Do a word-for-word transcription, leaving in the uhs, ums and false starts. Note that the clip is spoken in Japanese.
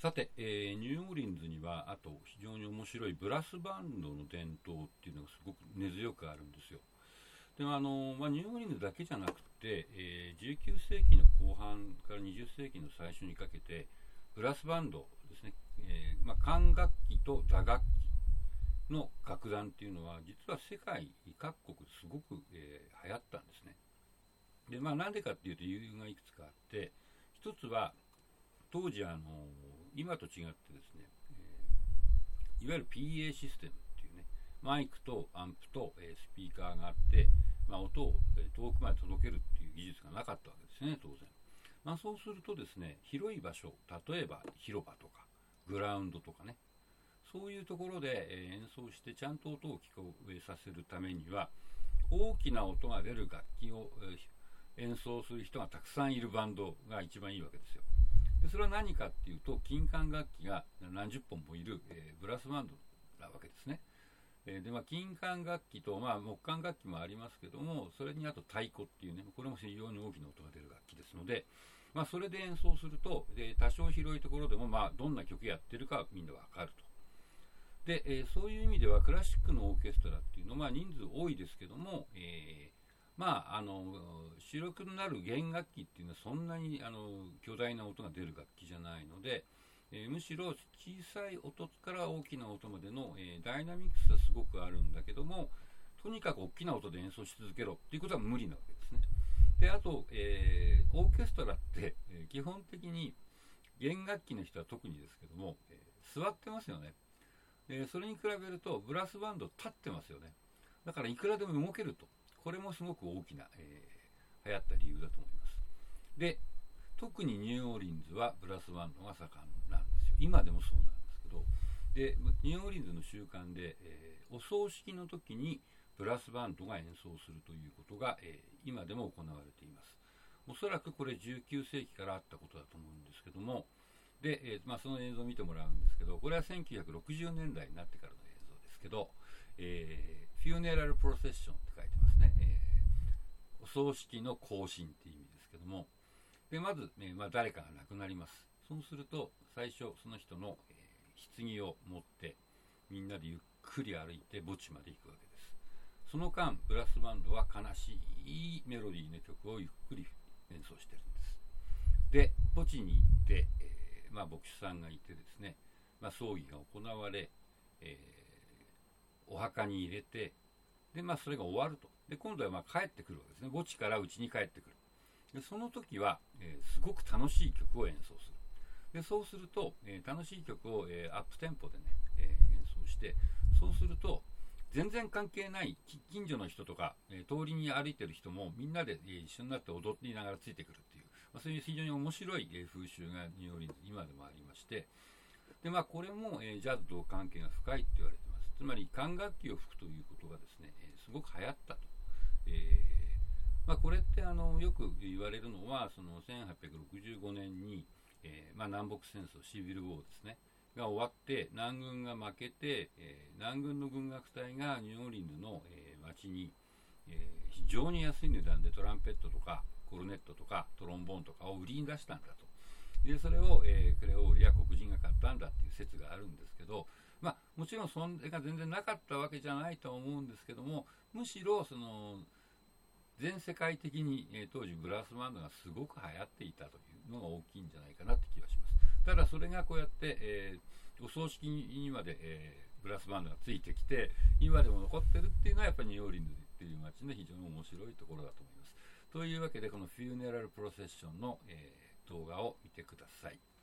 さて、えーニューオーリンズにはあと非常に面白いブラスバンドの伝統っていうのがすごく根強くあるんですよ。であのまあ、ニューオーリンズだけじゃなくて、えーじゅうきゅう世紀の後半からにじゅっ世紀の最初にかけてブラスバンドですね、えーまあ、管楽器と打楽器の楽団っていうのは実は世界各国すごく、えー流行ったんですね。でまあなんでかっていうと理由がいくつかあって、一つは当時あの今と違ってですね、えーいわゆる ピーエー システムっていうね、マイクとアンプと、えースピーカーがあって、まあ、音を、えー遠くまで届けるっていう技術がなかったわけですね、当然。まあ、そうするとですね、広い場所、例えば広場とかグラウンドとかね、そういうところで、えー演奏してちゃんと音を聞こえさせるためには、大きな音が出る楽器を、えー演奏する人がたくさんいるバンドが一番いいわけですよ。でそれは何かっていうと、金管楽器が何十本もいる、えーブラスバンドなわけですね。えーでまあ、金管楽器と、まあ、木管楽器もありますけども、それにあと太鼓っていうね、これも非常に大きな音が出る楽器ですので、まあ、それで演奏すると、で多少広いところでも、まあ、どんな曲やってるかはみんなわかると。で、えーそういう意味ではクラシックのオーケストラっていうのは、まあ、人数多いですけども、えーまあ、あの主力になる弦楽器っていうのはそんなにあの巨大な音が出る楽器じゃないので、えーむしろ小さい音から大きな音までの、えーダイナミクスはすごくあるんだけども、とにかく大きな音で演奏し続けろっていうことは無理なわけですね。であと、えーオーケストラって、えー基本的に弦楽器の人は特にですけども、えー座ってますよね。でそれに比べるとブラスバンド立ってますよね。だからいくらでも動けると。これもすごく大きな、えー流行った理由だと思います。で特にニューオーリンズはブラスバンドが盛んなんですよ。今でもそうなんですけど、でニューオーリンズの習慣で、えーお葬式の時にブラスバンドが演奏するということが、えー今でも行われています。おそらくこれじゅうきゅう世紀からあったことだと思うんですけども、で、えーまあ、その映像を見てもらうんですけど、これはせんきゅうひゃくろくじゅうねんだいになってからの映像ですけど、えーフューネラルプロセッションって書いてますね。えーお葬式の行進っていう意味ですけども、でまず、えーまあ、誰かが亡くなります。そうすると最初その人の、えー棺を持ってみんなでゆっくり歩いて墓地まで行くわけです。その間ブラスバンドは悲しいメロディーの曲をゆっくり演奏してるんです。で墓地に行って、えーまあ、牧師さんがいてですね、まあ、葬儀が行われ、えーお墓に入れて、で、まあ、それが終わると。で今度はまあ帰ってくるわけですね。墓地から家に帰ってくる。でその時は、えーすごく楽しい曲を演奏する。でそうすると、えー楽しい曲を、えーアップテンポでね、えー演奏して、そうすると全然関係ない近所の人とか、えー通りに歩いてる人もみんなで、えー一緒になって踊りながらついてくるっていう、まあ、そういう非常に面白い、えー風習がニューオーリンズ今でもありまして、で、まあ、これも、えージャズと関係が深いって言われてます。つまり管楽器を吹くということがですね、えーすごく流行ったと。えーまあ、これってあのよく言われるのは、そのせんはっぴゃくろくじゅうごねんに、えーまあ、南北戦争シビルウォーですねが終わって、南軍が負けて、えー南軍の軍楽隊がニューオーリンズの、えー町に、えー非常に安い値段でトランペットとかコルネットとかトロンボーンとかを売りに出したんだと。でそれを、えークレオールや黒人が買ったんだっていう説があるんですけど、まあ、もちろんそれが全然なかったわけじゃないと思うんですけども、むしろその全世界的に、えー当時ブラスバンドがすごく流行っていたというのが大きいんじゃないかなって気がします。ただそれがこうやって、えーお葬式にまで、えーブラスバンドがついてきて今でも残ってるっていうのはやっぱりニューオーリンズっていう街の非常に面白いところだと思います。というわけでこのフューネラルプロセッションの、えー動画を見てください。